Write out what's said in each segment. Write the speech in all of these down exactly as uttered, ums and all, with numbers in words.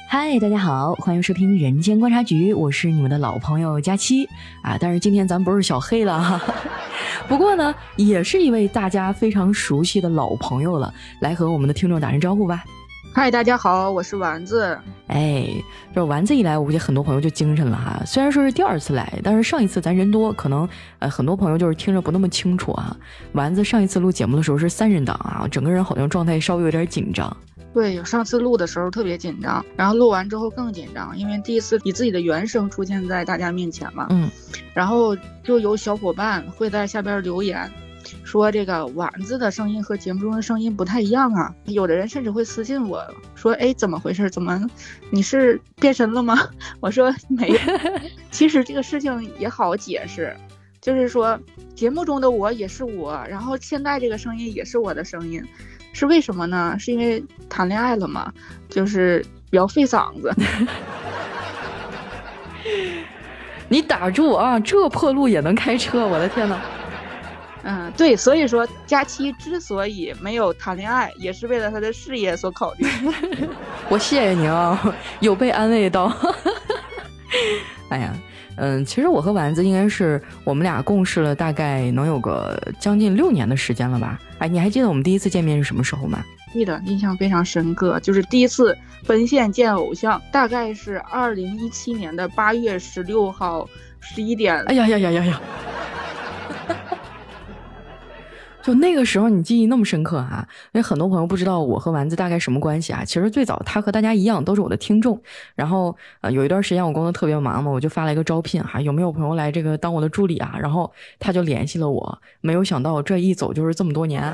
嗨，大家好，欢迎收听人间观察局，我是你们的老朋友佳期啊。但是今天咱不是小黑了哈，不过呢，也是一位大家非常熟悉的老朋友了，来和我们的听众打声招呼吧。 嗨，大家好，我是丸子。 哎，这丸子一来，我估计很多朋友就精神了哈。虽然说是第二次来，但是上一次咱人多，可能呃很多朋友就是听着不那么清楚啊。丸子上一次录节目的时候是三人档啊，整个人好像状态稍微有点紧张。 对，上次录的时候特别紧张，然后录完之后更紧张，因为第一次以自己的原声出现在大家面前嘛。 嗯， 然后就有小伙伴会在下边留言说这个丸子的声音和节目中的声音不太一样啊，有的人甚至会私信我说，哎，怎么回事？怎么你是变身了吗？我说没有，其实这个事情也好解释，就是说节目中的我也是我，然后现在这个声音也是我的声音。是为什么呢？是因为谈恋爱了嘛，就是比较费嗓子。 你打住啊，这破路也能开车，我的天哪！ 嗯，对，所以说佳期之所以没有谈恋爱，也是为了他的事业所考虑。 我谢谢你啊，有被安慰到。哎呀，嗯，其实我和丸子应该是我们俩共事了大概能有个将近六年的时间了吧？哎，你还记得我们第一次见面是什么时候吗？ 记得，印象非常深刻，就是第一次奔现见偶像，大概是二零一七年的八月十六号十一点。 哎呀呀呀呀呀！就那个时候你记忆那么深刻啊，因为很多朋友不知道我和丸子大概什么关系啊。其实最早他和大家一样都是我的听众，然后呃有一段时间我工作特别忙嘛，我就发了一个招聘哈、啊，有没有朋友来这个当我的助理啊？然后他就联系了我，没有想到这一走就是这么多年。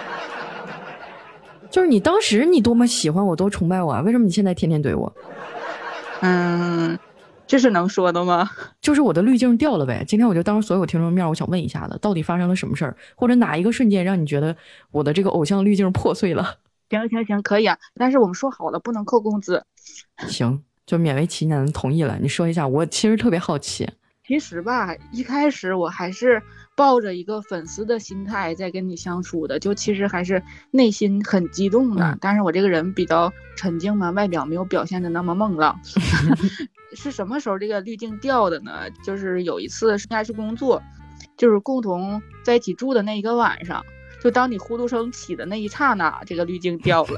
就是你当时你多么喜欢我，多崇拜我啊，为什么你现在天天怼我？ 嗯。这是能说的吗？ 就是我的滤镜掉了呗。今天我就当着所有听众面，我想问一下的，到底发生了什么事儿，或者哪一个瞬间让你觉得我的这个偶像滤镜破碎了？ 行行行，可以啊，但是我们说好了不能扣工资。 行，就勉为其难同意了。你说一下，我其实特别好奇。 其实吧，一开始我还是抱着一个粉丝的心态在跟你相处的，就其实还是内心很激动的。嗯、但是我这个人比较沉静嘛，外表没有表现的那么猛浪。是什么时候这个滤镜掉的呢？就是有一次应该是工作，就是共同在一起住的那一个晚上，就当你呼噜声起的那一刹那，这个滤镜掉了。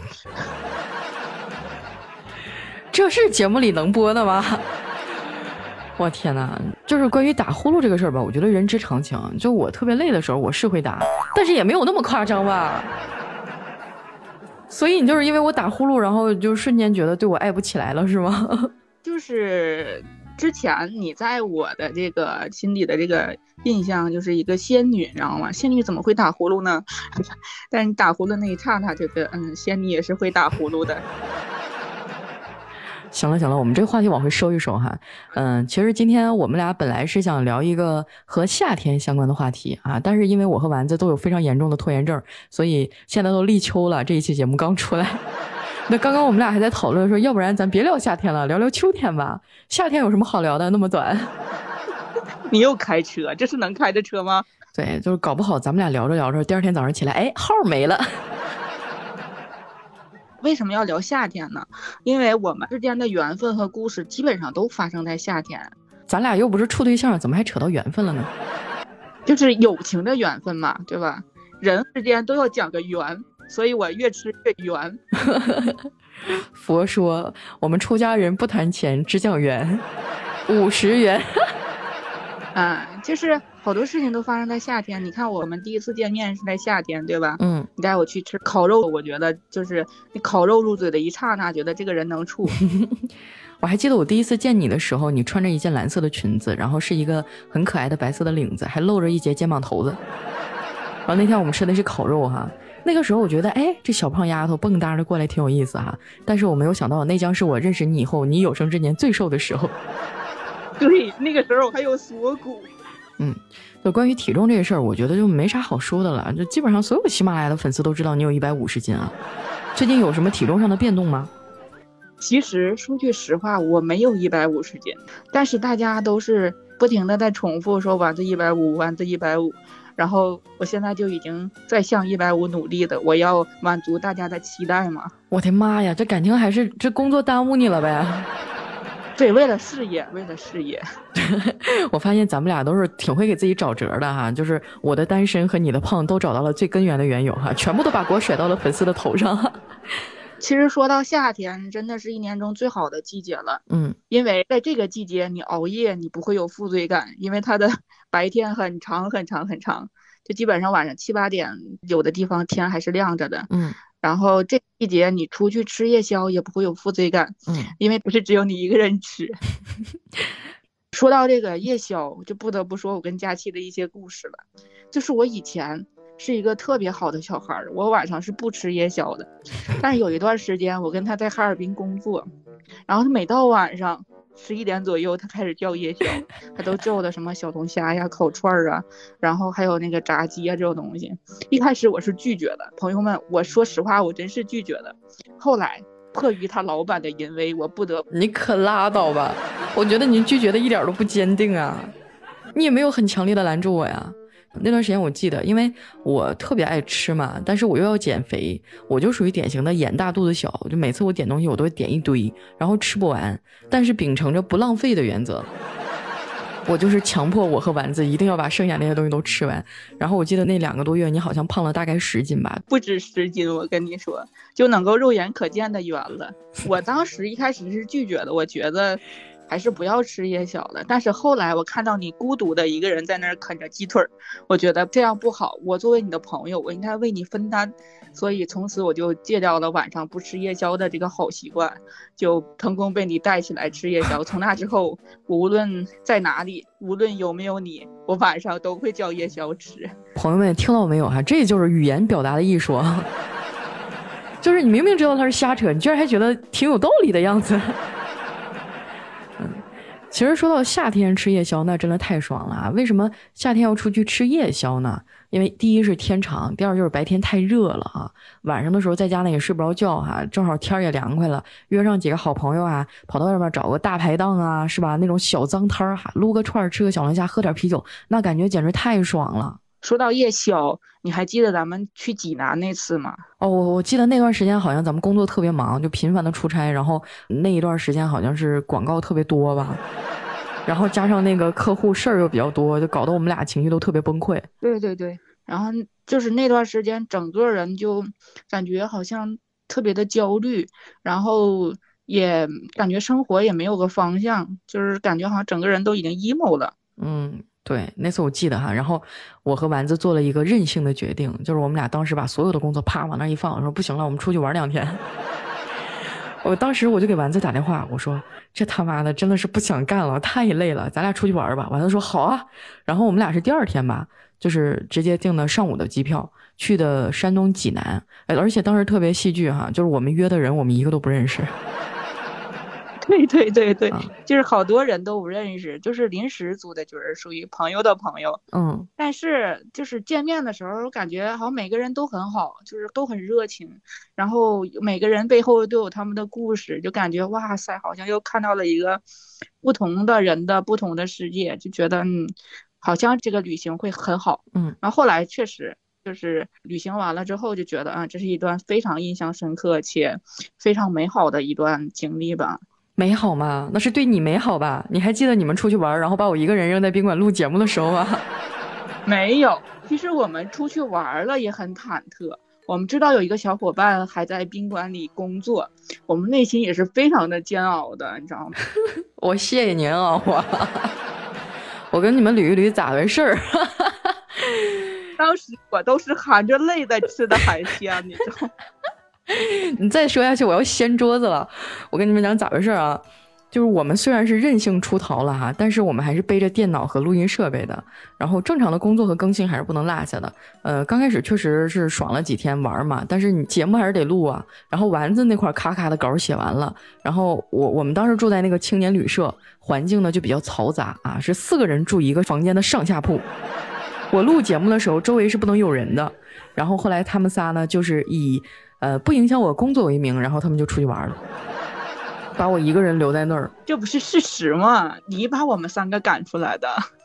这是节目里能播的吗？我天哪！就是关于打呼噜这个事儿吧，我觉得人之常情。就我特别累的时候，我是会打，但是也没有那么夸张吧。所以你就是因为我打呼噜，然后就瞬间觉得对我爱不起来了，是吗？ 就是之前你在我的这个心里的这个印象就是一个仙女，你知道吗？仙女怎么会打呼噜呢？但是你打呼噜那一刹那，觉得嗯，仙女也是会打呼噜的。 行了行了，我们这个话题往回收一收哈。嗯，其实今天我们俩本来是想聊一个和夏天相关的话题啊，但是因为我和丸子都有非常严重的拖延症，所以现在都立秋了，这一期节目刚出来。那刚刚我们俩还在讨论说，要不然咱别聊夏天了，聊聊秋天吧。夏天有什么好聊的？那么短。 你又开车，这是能开的车吗？ 对，就是搞不好咱们俩聊着聊着，第二天早上起来，哎，号没了。 为什么要聊夏天呢？因为我们之间的缘分和故事基本上都发生在夏天。 咱俩又不是处对象，怎么还扯到缘分了呢？ 就是友情的缘分嘛，对吧？人之间都要讲个缘，所以我越吃越圆。 佛说我们出家人不谈钱，只讲缘，五十元。 啊，就是好多事情都发生在夏天。你看我们第一次见面是在夏天，对吧？嗯，你带我去吃烤肉，我觉得就是你烤肉入嘴的一刹那，觉得这个人能处。 我还记得我第一次见你的时候，你穿着一件蓝色的裙子，然后是一个很可爱的白色的领子，还露着一截肩膀头子。然后那天我们吃的是烤肉哈，那个时候我觉得，哎，这小胖丫头蹦跶着过来挺有意思哈。但是我没有想到，那将是我认识你以后，你有生之年最瘦的时候。 对，那个时候还有锁骨。 嗯，就关于体重这个事儿，我觉得就没啥好说的了。就基本上所有喜马拉雅的粉丝都知道你有一百五十斤啊。最近有什么体重上的变动吗？ 其实说句实话，我没有一百五十斤，但是大家都是不停的在重复说丸子一百五，丸子一百五。 然后我现在就已经在向一百五努力的，我要满足大家的期待嘛。 我的妈呀，这感情还是这工作耽误你了呗？ 对，为了事业，为了事业。 我发现咱们俩都是挺会给自己找辙的哈，就是我的单身和你的胖都找到了最根源的缘由哈，全部都把锅甩到了粉丝的头上。 其实说到夏天，真的是一年中最好的季节了。 嗯， 因为在这个季节，你熬夜你不会有负罪感，因为它的白天很长很长很长，就基本上晚上七八点，有的地方天还是亮着的。 嗯， 然后这季节你出去吃夜宵也不会有负罪感。 嗯， 因为不是只有你一个人吃。说到这个夜宵，就不得不说我跟佳期的一些故事了。就是我以前是一个特别好的小孩，我晚上是不吃夜宵的。但是有一段时间我跟他在哈尔滨工作，然后他每到晚上十一点左右他开始叫夜宵，他都叫的什么小龙虾呀、烤串啊，然后还有那个炸鸡啊这种东西。一开始我是拒绝的，朋友们，我说实话我真是拒绝的。后来迫于他老板的淫威，我不得。 你可拉倒吧，我觉得你拒绝的一点都不坚定啊，你也没有很强烈的拦住我呀。那段时间我记得，因为我特别爱吃嘛，但是我又要减肥，我就属于典型的眼大肚子小，就每次我点东西我都会点一堆，然后吃不完，但是秉承着不浪费的原则，我就是强迫我和丸子一定要把剩下那些东西都吃完。然后我记得那两个多月你好像胖了大概十斤吧？ 不止十斤，我跟你说，就能够肉眼可见的圆了。我当时一开始是拒绝的，我觉得还是不要吃夜宵了。但是后来我看到你孤独的一个人在那儿啃着鸡腿，我觉得这样不好，我作为你的朋友，我应该为你分担。所以从此我就戒掉了晚上不吃夜宵的这个好习惯，就成功被你带起来吃夜宵。从那之后，我无论在哪里，无论有没有你，我晚上都会叫夜宵吃。 朋友们听到没有哈？这就是语言表达的艺术。就是你明明知道他是瞎扯，你居然还觉得挺有道理的样子。嗯，其实说到夏天吃夜宵，那真的太爽了啊！为什么夏天要出去吃夜宵呢？因为第一是天长，第二就是白天太热了啊，晚上的时候在家呢也睡不着觉哈、啊，正好天也凉快了，约上几个好朋友啊，跑到外面找个大排档啊，是吧？那种小脏摊儿哈，撸个串吃个小龙虾，喝点啤酒，那感觉简直太爽了。 说到夜宵，你还记得咱们去济南那次吗？ 哦，我我记得那段时间好像咱们工作特别忙，就频繁的出差，然后那一段时间好像是广告特别多吧。然后加上那个客户事儿又比较多，就搞得我们俩情绪都特别崩溃。 对对对，然后就是那段时间整个人就感觉好像特别的焦虑，然后也感觉生活也没有个方向，就是感觉好像整个人都已经 emo 了。 嗯，对，那次我记得哈，然后我和丸子做了一个任性的决定，就是我们俩当时把所有的工作啪往那一放，说不行了，我们出去玩两天。我当时我就给丸子打电话，我说这他妈的真的是不想干了，太累了，咱俩出去玩吧。丸子说好啊，然后我们俩是第二天吧，就是直接订的上午的机票，去的山东济南，而且当时特别戏剧哈，就是我们约的人我们一个都不认识。 对对对对、 啊、 就是好多人都不认识，就是临时组的局，属于朋友的朋友。 嗯， 但是就是见面的时候感觉好像每个人都很好，就是都很热情，然后每个人背后都有他们的故事，就感觉哇塞，好像又看到了一个不同的人的不同的世界，就觉得嗯，好像这个旅行会很好。 嗯， 然后后来确实就是旅行完了之后就觉得啊，这是一段非常印象深刻且非常美好的一段经历吧。 美好吗？那是对你美好吧？你还记得你们出去玩，然后把我一个人扔在宾馆录节目的时候吗？ 没有，其实我们出去玩了也很忐忑。我们知道有一个小伙伴还在宾馆里工作，我们内心也是非常的煎熬的，你知道吗？ 我谢谢您啊，我我跟你们捋一捋咋回事儿。 当时我都是含着泪在吃的海鲜，你知道吗？ 你再说下去我要掀桌子了。我跟你们讲咋回事啊，就是我们虽然是任性出逃了哈，但是我们还是背着电脑和录音设备的，然后正常的工作和更新还是不能落下的。呃，刚开始确实是爽了几天玩嘛，但是你节目还是得录啊。然后丸子那块咔咔的稿写完了，然后我我们当时住在那个青年旅社，环境呢就比较嘈杂啊，是四个人住一个房间的上下铺。我录节目的时候周围是不能有人的，然后后来他们仨呢就是以呃不影响我工作为名，然后他们就出去玩了，把我一个人留在那儿。 这不是事实吗？你把我们三个赶出来的。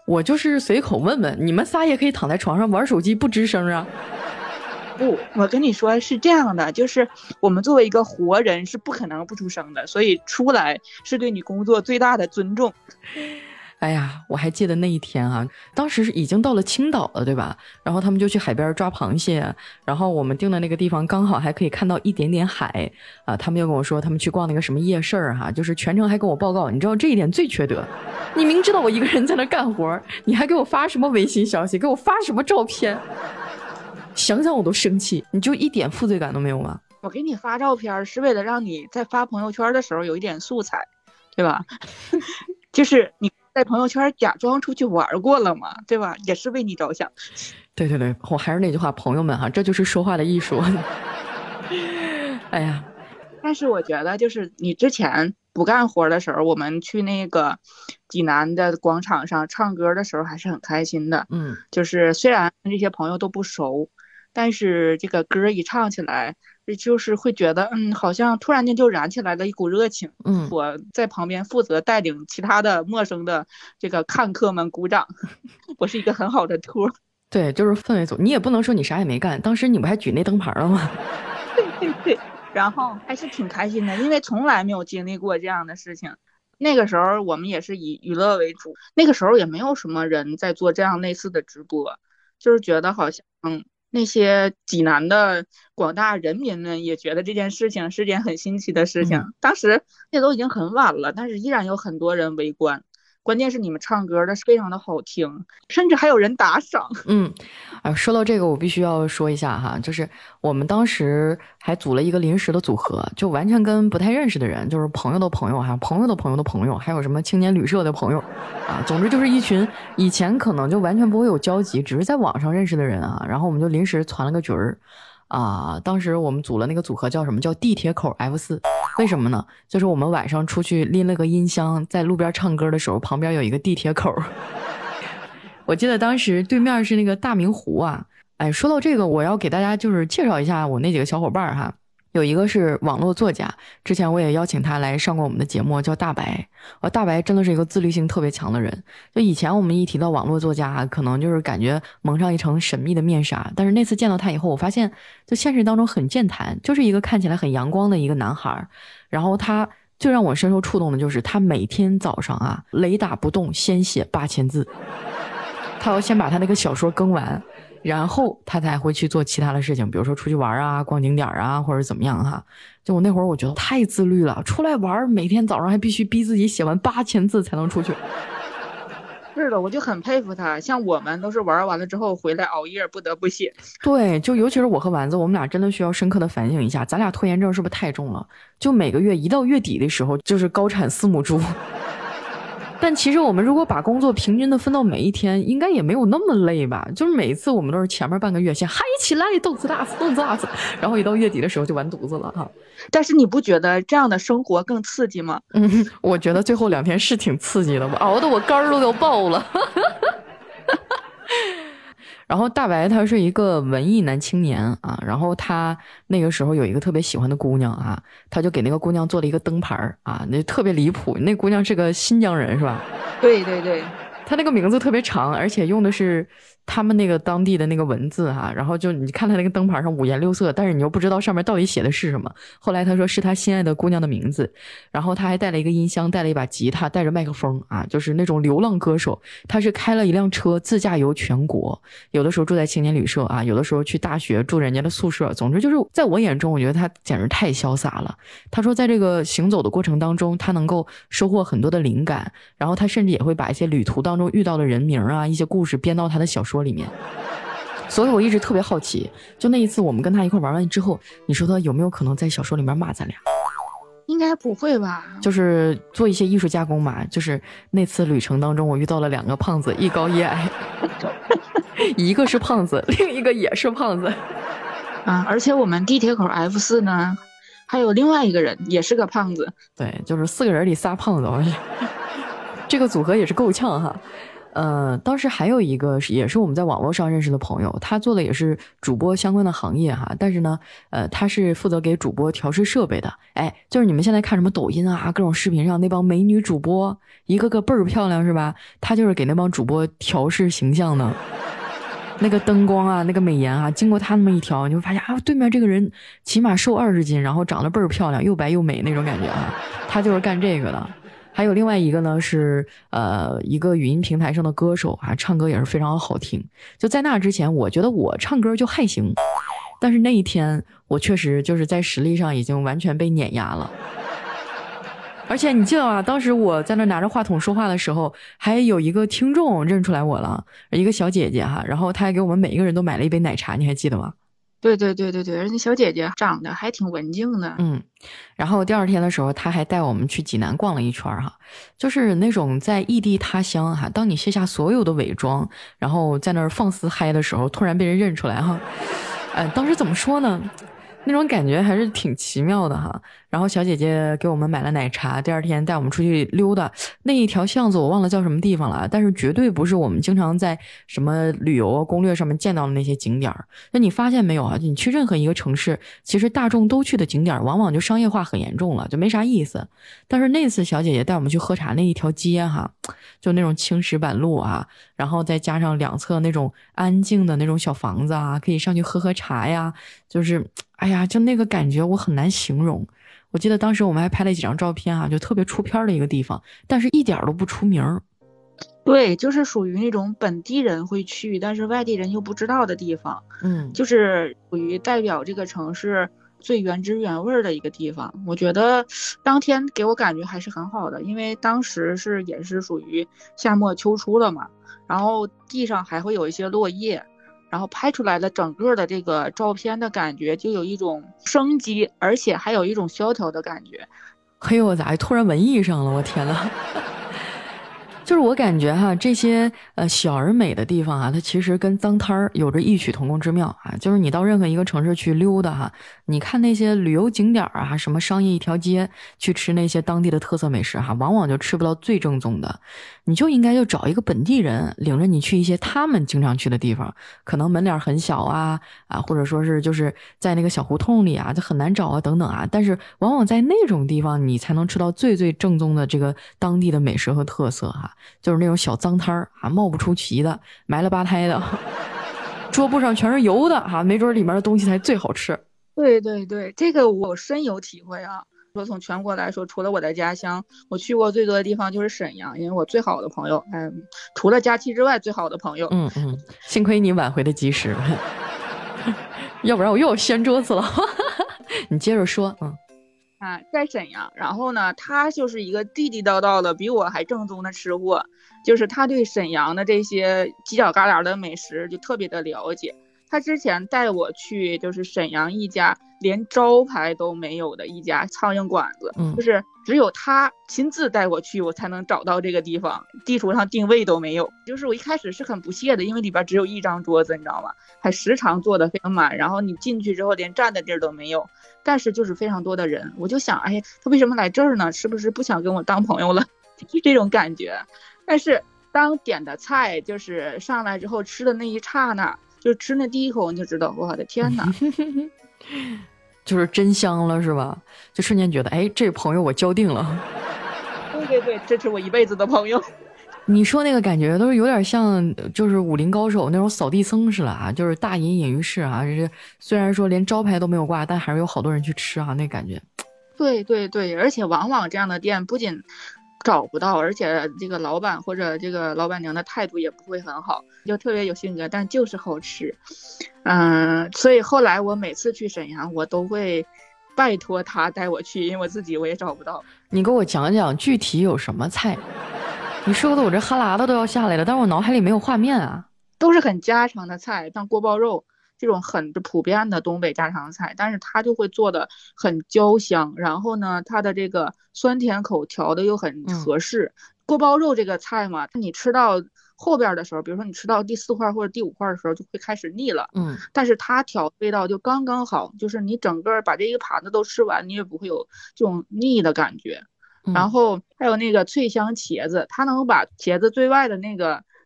我就是随口问问，你们仨也可以躺在床上玩手机不吱声啊？ 不，我跟你说是这样的，就是我们作为一个活人是不可能不出声的，所以出来是对你工作最大的尊重。 哎呀，我还记得那一天啊，当时是已经到了青岛了，对吧？然后他们就去海边抓螃蟹，然后我们定的那个地方刚好还可以看到一点点海啊。他们又跟我说他们去逛那个什么夜市儿哈，就是全程还跟我报告，你知道这一点最缺德，你明知道我一个人在那干活，你还给我发什么微信消息，给我发什么照片，想想我都生气，你就一点负罪感都没有吗？ 我给你发照片是为了让你在发朋友圈的时候有一点素材，对吧？就是你在朋友圈假装出去玩过了嘛，对吧？也是为你着想。 对对对，我还是那句话，朋友们哈，这就是说话的艺术。哎呀， 但是我觉得就是你之前不干活的时候，我们去那个济南的广场上唱歌的时候还是很开心的。 嗯， 就是虽然这些朋友都不熟，但是这个歌一唱起来，就是会觉得嗯，好像突然间就燃起来了一股热情。 嗯， 我在旁边负责带领其他的陌生的这个看客们鼓掌，我是一个很好的托。 对，就是氛围组，你也不能说你啥也没干，当时你不还举那灯牌了吗？ 对对对，然后还是挺开心的，因为从来没有经历过这样的事情。那个时候我们也是以娱乐为主，那个时候也没有什么人在做这样类似的直播，就是觉得好像嗯。那些济南的广大人民们也觉得这件事情是件很新奇的事情。嗯、当时那都已经很晚了，但是依然有很多人围观。关键是你们唱歌的非常的好听，甚至还有人打赏。 嗯，啊，说到这个，我必须要说一下哈，就是我们当时还组了一个临时的组合，就完全跟不太认识的人，就是朋友的朋友，还有朋友的朋友的朋友，还有什么青年旅社的朋友，啊，总之就是一群以前可能就完全不会有交集，只是在网上认识的人啊。然后我们就临时攒了个局儿。啊，当时我们组了那个组合叫什么？叫地铁口 F 四。为什么呢？就是我们晚上出去拎了个音箱，在路边唱歌的时候，旁边有一个地铁口。我记得当时对面是那个大明湖啊。哎，说到这个，我要给大家就是介绍一下我那几个小伙伴哈。有一个是网络作家，之前我也邀请他来上过我们的节目，叫大白。呃，大白真的是一个自律性特别强的人。就以前我们一提到网络作家，可能就是感觉蒙上一层神秘的面纱。但是那次见到他以后，我发现就现实当中很健谈，就是一个看起来很阳光的一个男孩。然后他最让我深受触动的就是他每天早上啊，雷打不动先写八千字，他要先把他那个小说更完。然后他才会去做其他的事情，比如说出去玩啊、逛景点啊，或者怎么样哈。就我那会儿，我觉得太自律了，出来玩每天早上还必须逼自己写完八千字才能出去。 是的，我就很佩服他。像我们都是玩完了之后回来熬夜不得不写。 对，就尤其是我和丸子，我们俩真的需要深刻的反省一下，咱俩拖延症是不是太重了？就每个月一到月底的时候，就是高产四母猪。但其实我们如果把工作平均的分到每一天，应该也没有那么累吧？就是每一次我们都是前面半个月先嗨起来，动次打次，动次打次，然后一到月底的时候就完犊子了哈。 但是你不觉得这样的生活更刺激吗？ 嗯，我觉得最后两天是挺刺激的，我熬得我肝儿都要爆了。然后大白他是一个文艺男青年啊，然后他那个时候有一个特别喜欢的姑娘啊，他就给那个姑娘做了一个灯牌啊，那特别离谱。那姑娘是个新疆人是吧？ 对对对， 他那个名字特别长，而且用的是他们那个当地的那个文字哈，然后就你看他那个灯牌上五颜六色，但是你又不知道上面到底写的是什么。后来他说是他心爱的姑娘的名字，然后他还带了一个音箱，带了一把吉他，带着麦克风啊，就是那种流浪歌手。他是开了一辆车自驾游全国，有的时候住在青年旅社啊，有的时候去大学住人家的宿舍。总之就是在我眼中，我觉得他简直太潇洒了。他说在这个行走的过程当中，他能够收获很多的灵感，然后他甚至也会把一些旅途当中遇到的人名啊，一些故事编到他的小说里面。所以我一直特别好奇，就那一次我们跟他一块玩完之后，你说他有没有可能在小说里面骂咱俩？ 应该不会吧？ 就是做一些艺术加工嘛。就是那次旅程当中，我遇到了两个胖子，一高一矮，一个是胖子，另一个也是胖子啊。而且我们地铁口 F 四呢，还有另外一个人也是个胖子。 对，就是四个人里仨胖子，这个组合也是够呛哈。 呃，当时还有一个是也是我们在网络上认识的朋友，他做的也是主播相关的行业哈，但是呢，呃，他是负责给主播调试设备的。哎，就是你们现在看什么抖音啊，各种视频上那帮美女主播，一个个倍儿漂亮是吧？他就是给那帮主播调试形象的。那个灯光啊，那个美颜啊，经过他那么一调，你会发现啊，对面这个人起码瘦二十斤，然后长得倍儿漂亮，又白又美那种感觉啊，他就是干这个的。还有另外一个呢，是呃一个语音平台上的歌手啊，唱歌也是非常好听。就在那之前，我觉得我唱歌就还行，但是那一天我确实就是在实力上已经完全被碾压了。而且你记得吗？当时我在那拿着话筒说话的时候，还有一个听众认出来我了，一个小姐姐哈，然后她还给我们每一个人都买了一杯奶茶，你还记得吗？ 对对对对对，人家小姐姐长得还挺文静的。 嗯，然后第二天的时候，她还带我们去济南逛了一圈哈，就是那种在异地他乡哈，当你卸下所有的伪装，然后在那儿放肆嗨的时候，突然被人认出来哈，呃，当时怎么说呢？那种感觉还是挺奇妙的哈。然后小姐姐给我们买了奶茶，第二天带我们出去溜达。那一条巷子我忘了叫什么地方了，但是绝对不是我们经常在什么旅游攻略上面见到的那些景点。那你发现没有啊？你去任何一个城市，其实大众都去的景点往往就商业化很严重了，就没啥意思。但是那次小姐姐带我们去喝茶那一条街哈，就那种青石板路啊，然后再加上两侧那种安静的那种小房子啊，可以上去喝喝茶呀，就是哎呀，就那个感觉我很难形容。我记得当时我们还拍了几张照片啊，就特别出片的一个地方，但是一点都不出名。 对，就是属于那种本地人会去，但是外地人又不知道的地方。 嗯， 就是属于代表这个城市最原汁原味的一个地方。我觉得当天给我感觉还是很好的，因为当时是也是属于夏末秋初了嘛，然后地上还会有一些落叶，然后拍出来的整个的这个照片的感觉就有一种生机，而且还有一种萧条的感觉。 嘿呦，我咋突然文艺上了？我天呐！就是我感觉哈，这些呃小而美的地方啊，它其实跟脏摊儿有着异曲同工之妙啊。就是你到任何一个城市去溜达哈，你看那些旅游景点啊，什么商业一条街，去吃那些当地的特色美食哈，往往就吃不到最正宗的。你就应该就找一个本地人，领着你去一些他们经常去的地方，可能门脸很小啊啊，或者说是就是在那个小胡同里啊，就很难找啊等等啊。但是往往在那种地方，你才能吃到最最正宗的这个当地的美食和特色哈。就是那种小脏摊儿啊，冒不出奇的，埋了吧胎的，桌布上全是油的哈，没准里面的东西才最好吃。 对对对，这个我深有体会啊。说从全国来说，除了我的家乡，我去过最多的地方就是沈阳，因为我最好的朋友，嗯，除了假期之外最好的朋友。 嗯嗯，幸亏你挽回的及时，要不然我又要掀桌子了。你接着说，嗯。 啊，在沈阳，然后呢，他就是一个地地道道的，比我还正宗的吃货，就是他对沈阳的这些犄角旮旯的美食就特别的了解。他之前带我去就是沈阳一家连招牌都没有的一家苍蝇馆子， 嗯， 就是只有他亲自带我去，我才能找到这个地方，地图上定位都没有。就是我一开始是很不屑的，因为里边只有一张桌子，你知道吗？还时常坐得非常满，然后你进去之后连站的地儿都没有，但是就是非常多的人，我就想，哎，他为什么来这儿呢？是不是不想跟我当朋友了？就是这种感觉。但是当点的菜就是上来之后吃的那一刹那，就吃那第一口你就知道，我的天哪， 就是真香了是吧？就瞬间觉得，哎，这朋友我交定了。 对对对，这是我一辈子的朋友。 你说那个感觉都是有点像，就是武林高手那种扫地僧似的啊，就是大隐隐于市啊。这虽然说连招牌都没有挂，但还是有好多人去吃啊，那感觉。 对对对，而且往往这样的店不仅找不到，而且这个老板或者这个老板娘的态度也不会很好，就特别有性格，但就是好吃。嗯，所以后来我每次去沈阳，我都会拜托他带我去，因为我自己我也找不到。 你给我讲讲具体有什么菜？你说的我这哈喇子都要下来了，但是我脑海里没有画面啊。 都是很家常的菜，像锅包肉这种很普遍的东北家常菜，但是他就会做的很焦香，然后呢，它的这个酸甜口调的又很合适。嗯、锅包肉这个菜嘛，你吃到后边的时候，比如说你吃到第四块或者第五块的时候，就会开始腻了。 嗯， 但是它调味道就刚刚好，就是你整个把这一个盘子都吃完，你也不会有这种腻的感觉。然后还有那个脆香茄子，它能把茄子最外的那个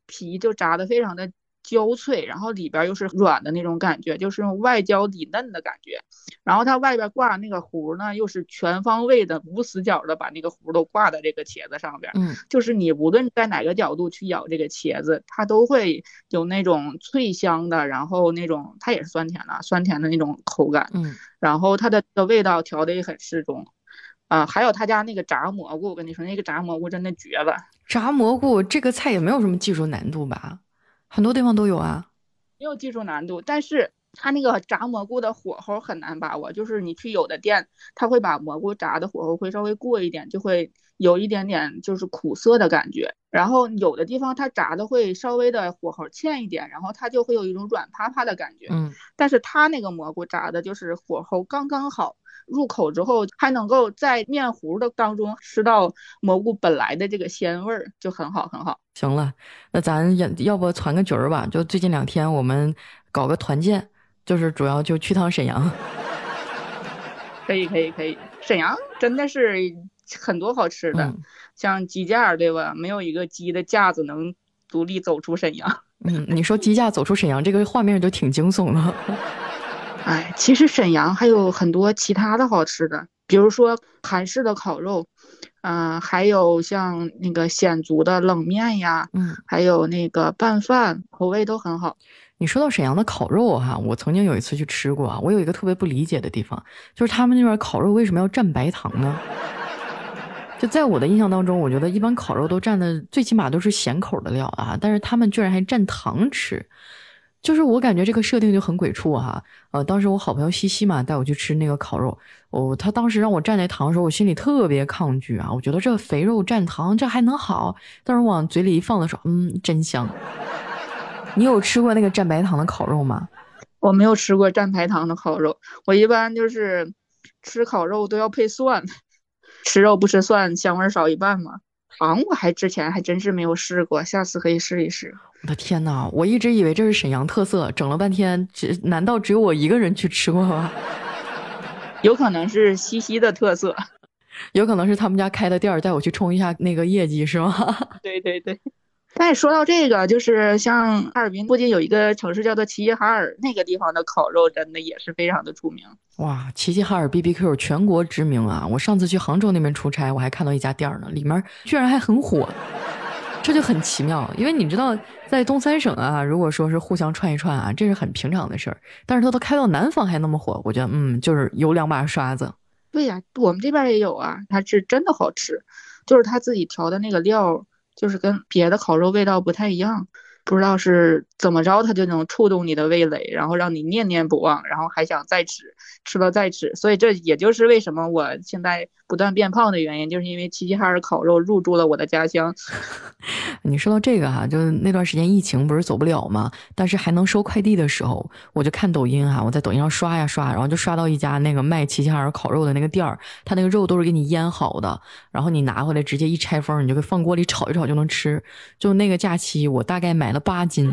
皮就炸得非常的焦脆，然后里边又是软的那种感觉，就是用外焦里嫩的感觉。然后它外边挂那个糊呢，又是全方位的无死角的把那个糊都挂在这个茄子上边， 嗯， 就是你无论在哪个角度去咬这个茄子，它都会有那种脆香的，然后那种它也是酸甜的，酸甜的那种口感， 嗯， 然后它的的味道调的也很适中。啊、呃，还有他家那个炸蘑菇，我跟你说，那个炸蘑菇真的绝了。 炸蘑菇这个菜也没有什么技术难度吧？很多地方都有啊。 没有技术难度，但是它那个炸蘑菇的火候很难把握，就是你去有的店，它会把蘑菇炸的火候会稍微过一点，就会有一点点就是苦涩的感觉。然后有的地方它炸的会稍微的火候欠一点，然后它就会有一种软趴趴的感觉。 嗯， 但是它那个蘑菇炸的就是火候刚刚好，入口之后还能够在面糊的当中吃到蘑菇本来的这个鲜味儿，就很好很好。 行了，那咱要要不传个局儿吧？就最近两天我们搞个团建，就是主要就去趟沈阳。 可以可以可以，沈阳真的是很多好吃的， 嗯、 像鸡架对吧？没有一个鸡的架子能独立走出沈阳。 嗯，你说鸡架走出沈阳，这个画面就挺惊悚的。 哎，其实沈阳还有很多其他的好吃的，比如说韩式的烤肉，嗯、呃，还有像那个鲜族的冷面呀， 嗯， 还有那个拌饭，口味都很好。 你说到沈阳的烤肉哈，我曾经有一次去吃过啊，我有一个特别不理解的地方，就是他们那边烤肉为什么要蘸白糖呢？就在我的印象当中，我觉得一般烤肉都蘸的最起码都是咸口的料啊，但是他们居然还蘸糖吃，就是我感觉这个设定就很鬼畜哈。呃，当时我好朋友西西嘛带我去吃那个烤肉，哦，他当时让我蘸那糖的时候，我心里特别抗拒啊，我觉得这肥肉蘸糖这还能好？但是往嘴里一放的时候，嗯，真香。你有吃过那个蘸白糖的烤肉吗？ 我没有吃过蘸白糖的烤肉，我一般就是吃烤肉都要配蒜，吃肉不吃蒜，香味少一半嘛。糖我还之前还真是没有试过，下次可以试一试。 我的天哪，我一直以为这是沈阳特色，整了半天，只难道只有我一个人去吃过吗？ 有可能是西西的特色， 有可能是他们家开的店儿，带我去冲一下那个业绩是吗？ 对对对。但是说到这个，就是像哈尔滨附近有一个城市叫做齐齐哈尔，那个地方的烤肉真的也是非常的出名。 哇，齐齐哈尔 B B Q 全国知名啊！我上次去杭州那边出差，我还看到一家店呢，里面居然还很火，这就很奇妙。因为你知道，在东三省啊，如果说是互相串一串啊，这是很平常的事儿。但是它都开到南方还那么火，我觉得嗯，就是有两把刷子。 对呀，我们这边也有啊，它是真的好吃，就是他自己调的那个料。就是跟别的烤肉味道不太一样，不知道是怎么着，它就能触动你的味蕾，然后让你念念不忘，然后还想再吃，吃了再吃。所以这也就是为什么我现在不断变胖的原因，就是因为齐齐哈尔烤肉入驻了我的家乡。 你说到这个哈、啊，就是那段时间疫情不是走不了吗？但是还能收快递的时候，我就看抖音哈、啊，我在抖音上刷呀刷，然后就刷到一家那个卖齐齐哈尔烤肉的那个店儿，他那个肉都是给你腌好的，然后你拿回来直接一拆封，你就给放锅里炒一炒就能吃。就那个假期，我大概买了八斤。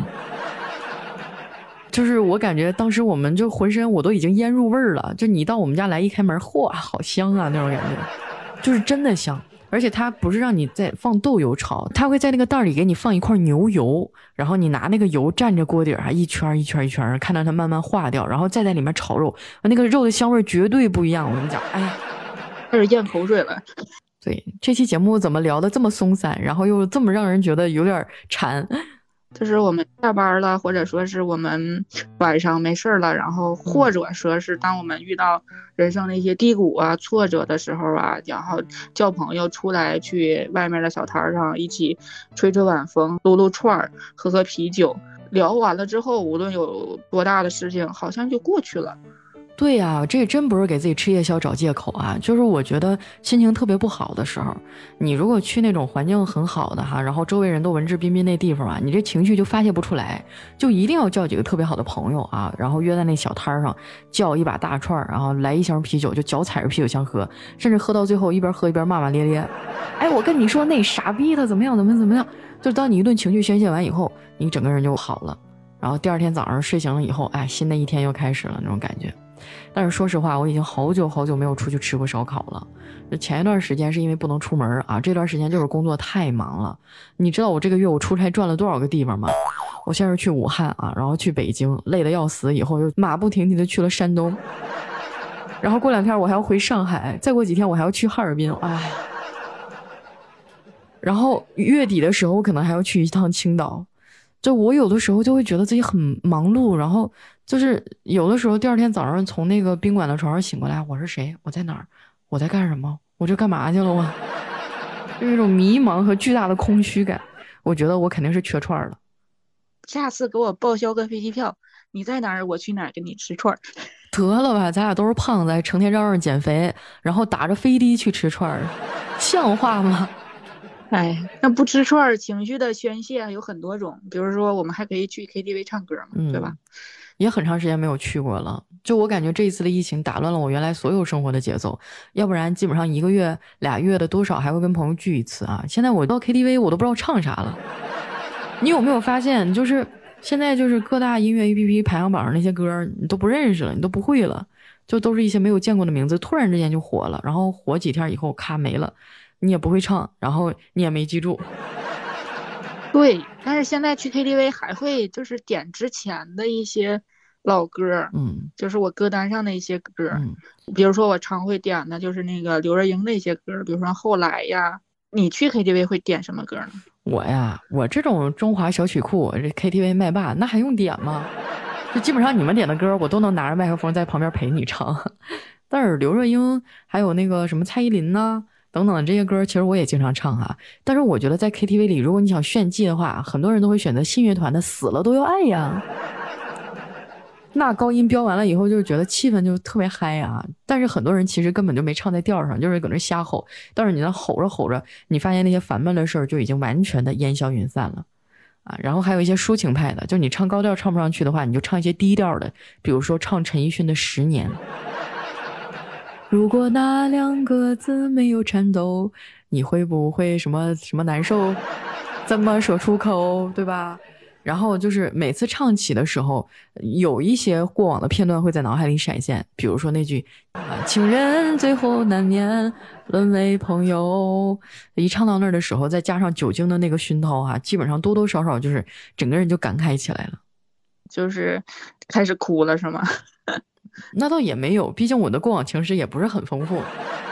就是我感觉当时我们就浑身我都已经腌入味儿了，就你到我们家来一开门，嚯，好香啊那种感觉，就是真的香。而且它不是让你再放豆油炒，它会在那个袋里给你放一块牛油，然后你拿那个油蘸着锅底儿，一圈一圈一圈，看到它慢慢化掉，然后再在里面炒肉，那个肉的香味绝对不一样。我跟你讲，哎呀， 开始咽口水了。 对，这期节目怎么聊得这么松散，然后又这么让人觉得有点馋？ 就是我们下班了，或者说是我们晚上没事了，然后或者说是当我们遇到人生的一些低谷啊、挫折的时候啊，然后叫朋友出来去外面的小摊上一起吹吹晚风、撸撸串儿、喝喝啤酒，聊完了之后，无论有多大的事情，好像就过去了。 对呀、啊，这真不是给自己吃夜宵找借口啊！就是我觉得心情特别不好的时候，你如果去那种环境很好的哈，然后周围人都文质彬彬那地方啊，你这情绪就发泄不出来，就一定要叫几个特别好的朋友啊，然后约在那小摊上，叫一把大串，然后来一箱啤酒，就脚踩着啤酒箱喝，甚至喝到最后一边喝一边骂骂咧咧。哎，我跟你说那傻逼他怎么样怎么怎么样，就当你一顿情绪宣泄完以后，你整个人就好了，然后第二天早上睡醒了以后，哎，新的一天又开始了那种感觉。 但是说实话，我已经好久好久没有出去吃过烧烤了。就前一段时间是因为不能出门啊，这段时间就是工作太忙了。你知道我这个月我出差转了多少个地方吗？我先是去武汉啊，然后去北京，累得要死，以后又马不停蹄的去了山东，然后过两天我还要回上海，再过几天我还要去哈尔滨，哎。然后月底的时候我可能还要去一趟青岛。就我有的时候就会觉得自己很忙碌，然后就是有的时候第二天早上从那个宾馆的床上醒过来，我是谁？我在哪儿？我在干什么？我这干嘛去了我？就一种迷茫和巨大的空虚感。我觉得我肯定是缺串了。 下次给我报销个飞机票，你在哪儿我去哪儿跟你吃串。 得了吧，咱俩都是胖子，成天嚷嚷减肥，然后打着飞的去吃串，像话吗？ 哎，那不吃串情绪的宣泄有很多种，比如说我们还可以去 K T V 唱歌嘛，嗯、对吧？ 也很长时间没有去过了，就我感觉这一次的疫情打乱了我原来所有生活的节奏，要不然基本上一个月俩月的多少还会跟朋友聚一次啊。现在我到 K T V 我都不知道唱啥了。你有没有发现，就是现在就是各大音乐 A P P 排行榜上那些歌你都不认识了，你都不会了，就都是一些没有见过的名字，突然之间就火了，然后火几天以后咔没了，你也不会唱，然后你也没记住。 对，但是现在去 K T V 还会就是点之前的一些老歌， 嗯， 就是我歌单上的一些歌， 嗯， 比如说我常会点的就是那个刘若英的一些歌，比如说后来呀。你去 K T V 会点什么歌呢？ 我呀，我这种中华小曲库，这 K T V 麦霸那还用点吗？就基本上你们点的歌我都能拿着麦克风在旁边陪你唱。但是刘若英还有那个什么蔡依林呐、啊、等等的这些歌其实我也经常唱哈。但是我觉得在 K T V 里如果你想炫技的话，很多人都会选择信乐团的死了都要爱呀。那高音飙完了以后就是觉得气氛就特别嗨啊，但是很多人其实根本就没唱在调上，就是搁那瞎吼。但是你那吼着吼着，你发现那些烦闷的事儿就已经完全的烟消云散了啊。然后还有一些抒情派的，就你唱高调唱不上去的话，你就唱一些低调的，比如说唱陈奕迅的《十年》。如果那两个字没有颤抖，你会不会什么什么难受？怎么说出口，对吧？然后就是每次唱起的时候，有一些过往的片段会在脑海里闪现，比如说那句啊，情人最后难免沦为朋友。一唱到那儿的时候，再加上酒精的那个熏陶啊，基本上多多少少就是整个人就感慨起来了， 就是开始哭了是吗？ 那倒也没有，毕竟我的过往情史也不是很丰富。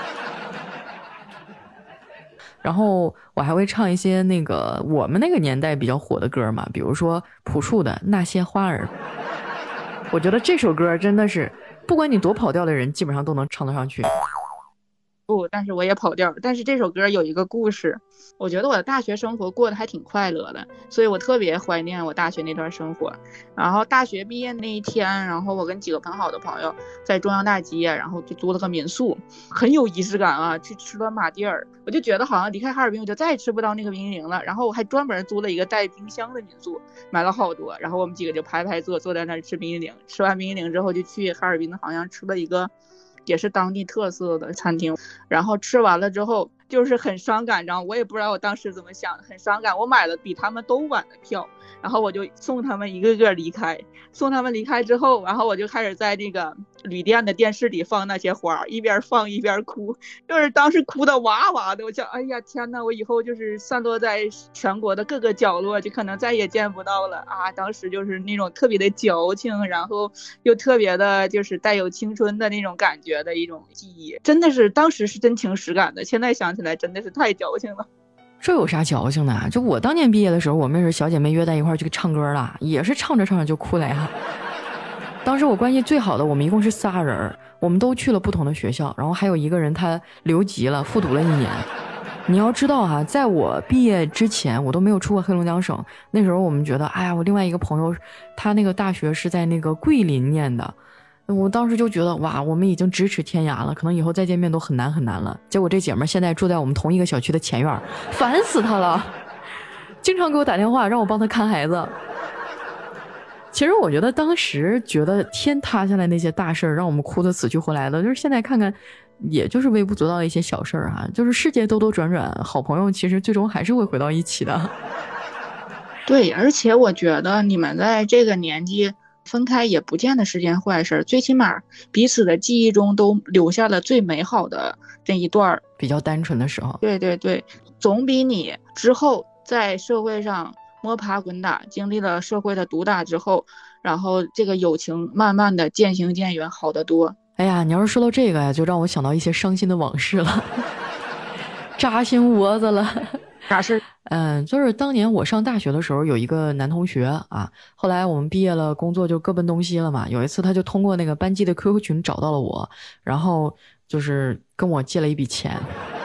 然后我还会唱一些那个我们那个年代比较火的歌嘛，比如说朴树的《那些花儿》。我觉得这首歌真的是不管你多跑调的人基本上都能唱得上去。 不，但是我也跑调。但是这首歌有一个故事，我觉得我的大学生活过得还挺快乐的，所以我特别怀念我大学那段生活。然后大学毕业那一天，然后我跟几个很好的朋友在中央大街，然后就租了个民宿，很有仪式感啊，去吃了马迭尔。我就觉得好像离开哈尔滨我就再也吃不到那个冰淇淋了。然后我还专门租了一个带冰箱的民宿，买了好多，然后我们几个就排排坐坐在那儿吃冰淇淋。吃完冰淇淋之后就去哈尔滨好像吃了一个也是当地特色的餐厅，然后吃完了之后就是很伤感，然后我也不知道我当时怎么想的，很伤感。我买了比他们都晚的票，然后我就送他们一个个离开。送他们离开之后，然后我就开始在那个旅店的电视里放那些花，一边放一边哭，就是当时哭的哇哇的。我想，哎呀天哪，我以后就是散落在全国的各个角落，就可能再也见不到了啊！当时就是那种特别的矫情，然后又特别的就是带有青春的那种感觉的一种记忆，真的是当时是真情实感的，现在想起来真的是太矫情了。 这有啥矫情的？就我当年毕业的时候，我们也是小姐妹约在一块儿去唱歌了，也是唱着唱着就哭了呀。当时我关系最好的，我们一共是仨人，我们都去了不同的学校，然后还有一个人他留级了，复读了一年。你要知道哈，在我毕业之前，我都没有出过黑龙江省。那时候我们觉得，哎呀，我另外一个朋友，他那个大学是在那个桂林念的。我当时就觉得哇，我们已经咫尺天涯了，可能以后再见面都很难很难了。结果这姐们现在住在我们同一个小区的前院，烦死她了，经常给我打电话让我帮她看孩子。其实我觉得当时觉得天塌下来那些大事儿让我们哭得死去活来的，就是现在看看也就是微不足道的一些小事儿哈，就是世界兜兜转转，好朋友其实最终还是会回到一起的。 对，而且我觉得你们在这个年纪分开也不见得是件坏事，最起码彼此的记忆中都留下了最美好的这一段比较单纯的时候。 对对对，总比你之后在社会上摸爬滚打，经历了社会的毒打之后，然后这个友情慢慢的渐行渐远好得多。 哎呀，你要是说到这个呀，就让我想到一些伤心的往事了，扎心窝子了。 啥事？ 嗯，就是当年我上大学的时候，有一个男同学啊，后来我们毕业了，工作就各奔东西了嘛。有一次，他就通过那个班级的 Q Q 群找到了我，然后就是跟我借了一笔钱。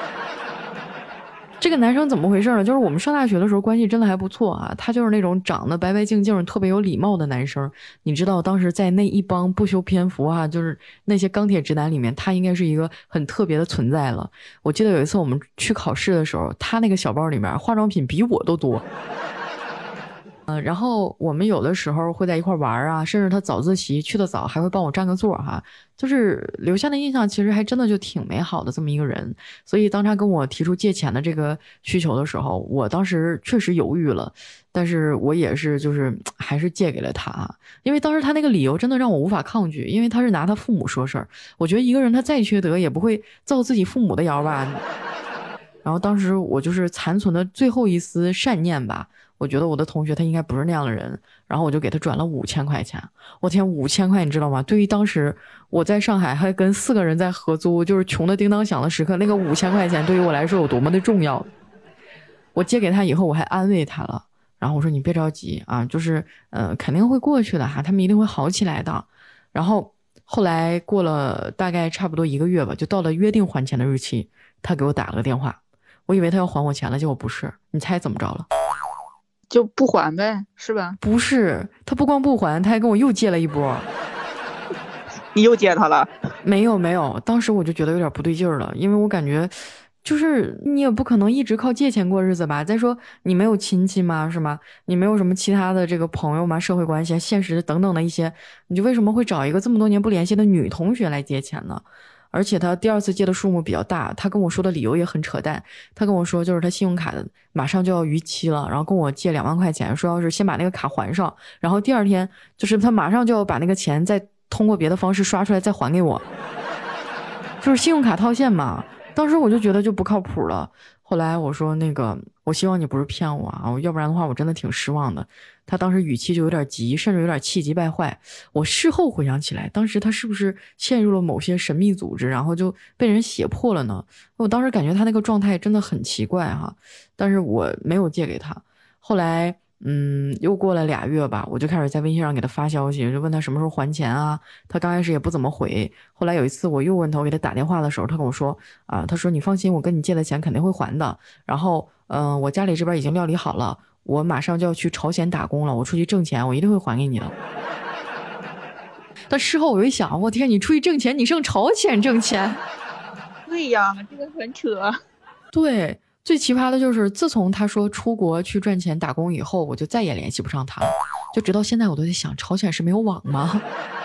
这个男生怎么回事呢？就是我们上大学的时候关系真的还不错啊，他就是那种长得白白净净、特别有礼貌的男生。你知道，当时在那一帮不修边幅啊，就是那些钢铁直男里面，他应该是一个很特别的存在了。我记得有一次我们去考试的时候，他那个小包里面化妆品比我都多。呃，然后我们有的时候会在一块玩啊，甚至他早自习去的早，还会帮我占个座哈，就是留下的印象其实还真的就挺美好的这么一个人。所以当他跟我提出借钱的这个需求的时候，我当时确实犹豫了，但是我也是就是还是借给了他，因为当时他那个理由真的让我无法抗拒，因为他是拿他父母说事儿。我觉得一个人他再缺德也不会造自己父母的谣吧。然后当时我就是残存的最后一丝善念吧，我觉得我的同学他应该不是那样的人，然后我就给他转了五千块钱。我天，五千块你知道吗？对于当时我在上海还跟四个人在合租，就是穷的叮当响的时刻，那个五千块钱对于我来说有多么的重要。我借给他以后，我还安慰他了，然后我说你别着急啊，就是呃肯定会过去的哈，他们一定会好起来的。然后后来过了大概差不多一个月吧，就到了约定还钱的日期，他给我打了个电话。我以为他要还我钱了，结果不是。你猜怎么着了？ 就不还呗，是吧？ 不是，他不光不还，他还跟我又借了一波。 你又借他了？ 没有没有，当时我就觉得有点不对劲儿了，因为我感觉就是你也不可能一直靠借钱过日子吧。再说你没有亲戚吗？是吗？你没有什么其他的这个朋友吗？社会关系、现实等等的一些，你就为什么会找一个这么多年不联系的女同学来借钱呢？而且他第二次借的数目比较大，他跟我说的理由也很扯淡。他跟我说就是他信用卡的马上就要逾期了，然后跟我借两万块钱，说要是先把那个卡还上，然后第二天就是他马上就要把那个钱再通过别的方式刷出来再还给我，就是信用卡套现嘛。当时我就觉得就不靠谱了。后来我说那个我希望你不是骗我啊，要不然的话我真的挺失望的。他当时语气就有点急，甚至有点气急败坏。我事后回想起来，当时他是不是陷入了某些神秘组织，然后就被人胁迫了呢？我当时感觉他那个状态真的很奇怪哈，但是我没有借给他。后来嗯，又过了俩月吧，我就开始在微信上给他发消息，就问他什么时候还钱啊。他刚开始也不怎么回，后来有一次我又问他，我给他打电话的时候，他跟我说啊，他说你放心，我跟你借的钱肯定会还的。然后嗯、呃，我家里这边已经料理好了，我马上就要去朝鲜打工了，我出去挣钱，我一定会还给你的。但事后我一想，我天，你出去挣钱，你上朝鲜挣钱？ 对呀，这个很扯。 对。最奇葩的就是自从他说出国去赚钱打工以后，我就再也联系不上他了，就直到现在我都在想，朝鲜是没有网吗？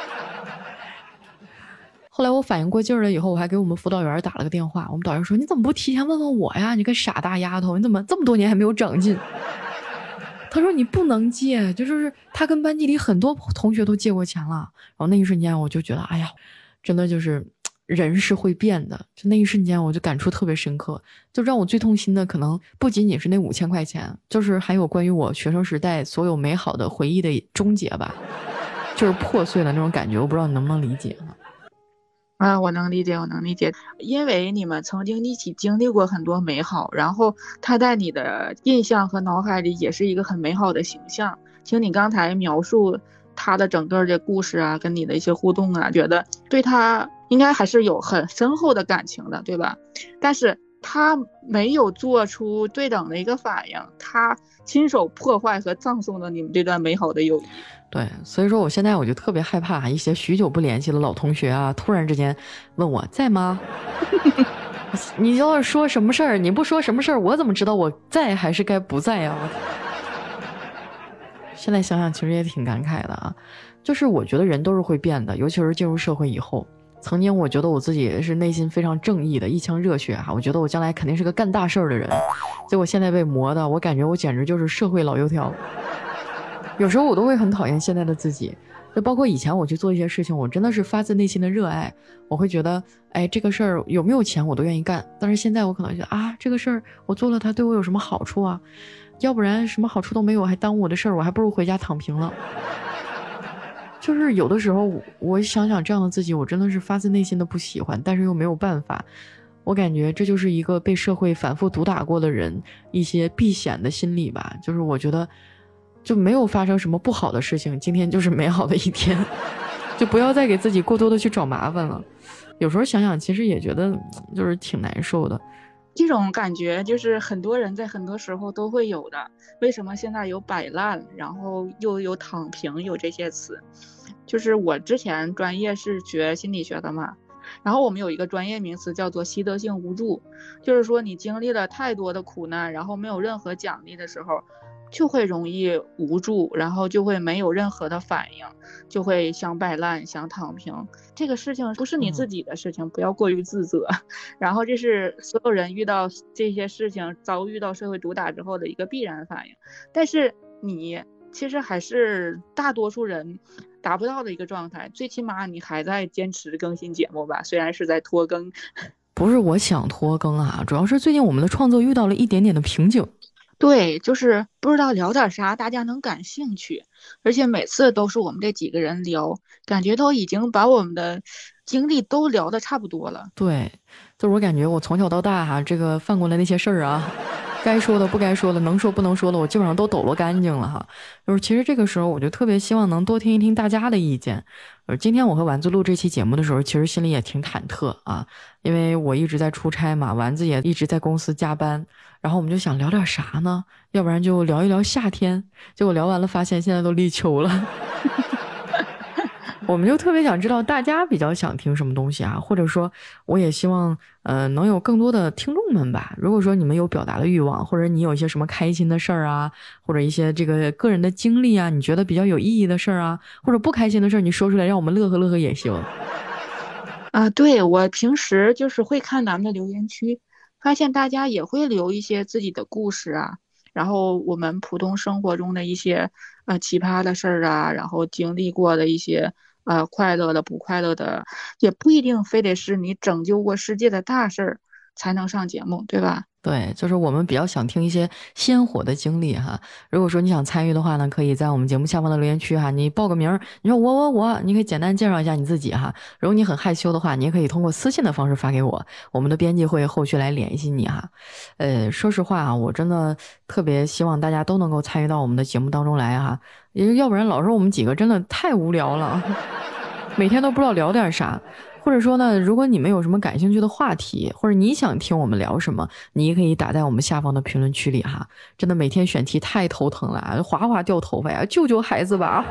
后来我反应过劲儿了以后，我还给我们辅导员打了个电话，我们导员说你怎么不提前问问我呀，你个傻大丫头，你怎么这么多年还没有长进？他说你不能借，就是他跟班级里很多同学都借过钱了。然后那一瞬间我就觉得哎呀，真的就是人是会变的，就那一瞬间我就感触特别深刻。就让我最痛心的可能不仅仅是那五千块钱，就是还有关于我学生时代所有美好的回忆的终结吧，就是破碎的那种感觉。我不知道你能不能理解啊，我能理解，我能理解，因为你们曾经一起经历过很多美好，然后他在你的印象和脑海里也是一个很美好的形象。听你刚才描述他的整个的故事啊，跟你的一些互动啊，觉得对他应该还是有很深厚的感情的，对吧？但是他没有做出对等的一个反应，他亲手破坏和葬送了你们这段美好的友谊。 对，所以说我现在我就特别害怕一些许久不联系的老同学啊，突然之间问我在吗？你要是说什么事儿，你不说什么事儿，我怎么知道我在还是该不在啊？现在想想其实也挺感慨的啊，就是我觉得人都是会变的，尤其是进入社会以后。曾经我觉得我自己是内心非常正义的，一腔热血啊，我觉得我将来肯定是个干大事儿的人，结果现在被磨的，我感觉我简直就是社会老油条。有时候我都会很讨厌现在的自己， 就包括以前我去做一些事情，我真的是发自内心的热爱，我会觉得哎，这个事儿有没有钱我都愿意干。但是现在我可能觉得啊，这个事儿我做了它对我有什么好处啊，要不然什么好处都没有还耽误我的事儿，我还不如回家躺平了。就是有的时候我想想这样的自己，我真的是发自内心的不喜欢，但是又没有办法。我感觉这就是一个被社会反复毒打过的人一些避险的心理吧，就是我觉得就没有发生什么不好的事情，今天就是美好的一天，就不要再给自己过多的去找麻烦了。有时候想想其实也觉得就是挺难受的。 这种感觉就是很多人在很多时候都会有的。为什么现在有摆烂，然后又有躺平，有这些词？就是我之前专业是学心理学的嘛，然后我们有一个专业名词叫做习得性无助，就是说你经历了太多的苦难，然后没有任何奖励的时候，就会容易无助，然后就会没有任何的反应，就会想摆烂，想躺平。这个事情不是你自己的事情，嗯、不要过于自责。然后这是所有人遇到这些事情，遭遇到社会毒打之后的一个必然反应。但是你其实还是大多数人达不到的一个状态，最起码你还在坚持更新节目吧，虽然是在拖更。 不是我想拖更啊，主要是最近我们的创作遇到了一点点的瓶颈。 对，就是不知道聊点啥大家能感兴趣，而且每次都是我们这几个人聊，感觉都已经把我们的经历都聊得差不多了。 对，就是我感觉我从小到大哈，这个犯过的那些事儿啊，该说的不该说的，能说不能说的，我基本上都抖落干净了哈。就是其实这个时候我就特别希望能多听一听大家的意见。而今天我和丸子录这期节目的时候，其实心里也挺忐忑啊，因为我一直在出差嘛，丸子也一直在公司加班，然后我们就想聊点啥呢？要不然就聊一聊夏天。结果聊完了发现现在都立秋了。我们就特别想知道大家比较想听什么东西啊，或者说我也希望呃能有更多的听众们吧，如果说你们有表达的欲望，或者你有一些什么开心的事儿啊，或者一些这个个人的经历啊，你觉得比较有意义的事儿啊，或者不开心的事儿，你说出来让我们乐呵乐呵也行啊。对，我平时就是会看咱们的留言区，发现大家也会留一些自己的故事啊，然后我们普通生活中的一些呃奇葩的事儿啊，然后经历过的一些呃快乐的不快乐的，也不一定非得是你拯救过世界的大事儿才能上节目，对吧？ 对，就是我们比较想听一些鲜活的经历哈。如果说你想参与的话呢，可以在我们节目下方的留言区哈，你报个名，你说我我我，你可以简单介绍一下你自己哈。如果你很害羞的话，你也可以通过私信的方式发给我，我们的编辑会后续来联系你哈。呃，说实话啊，我真的特别希望大家都能够参与到我们的节目当中来哈，因为要不然老是我们几个真的太无聊了，每天都不知道聊点啥。或者说呢，如果你们有什么感兴趣的话题，或者你想听我们聊什么，你也可以打在我们下方的评论区里哈。真的每天选题太头疼了，哗哗掉头发呀，救救孩子吧。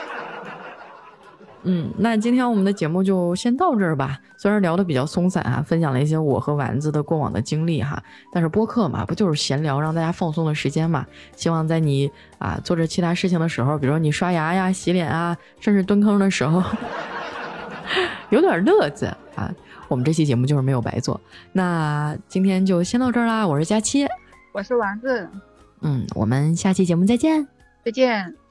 嗯，那今天我们的节目就先到这儿吧。虽然聊得比较松散啊，分享了一些我和丸子的过往的经历哈，但是播客嘛，不就是闲聊，让大家放松的时间嘛。希望在你啊做着其他事情的时候，比如说你刷牙呀、洗脸啊，甚至蹲坑的时候。有点乐子啊！我们这期节目就是没有白做。那今天就先到这儿啦，我是佳期， 我是丸子， 嗯，我们下期节目再见， 再见。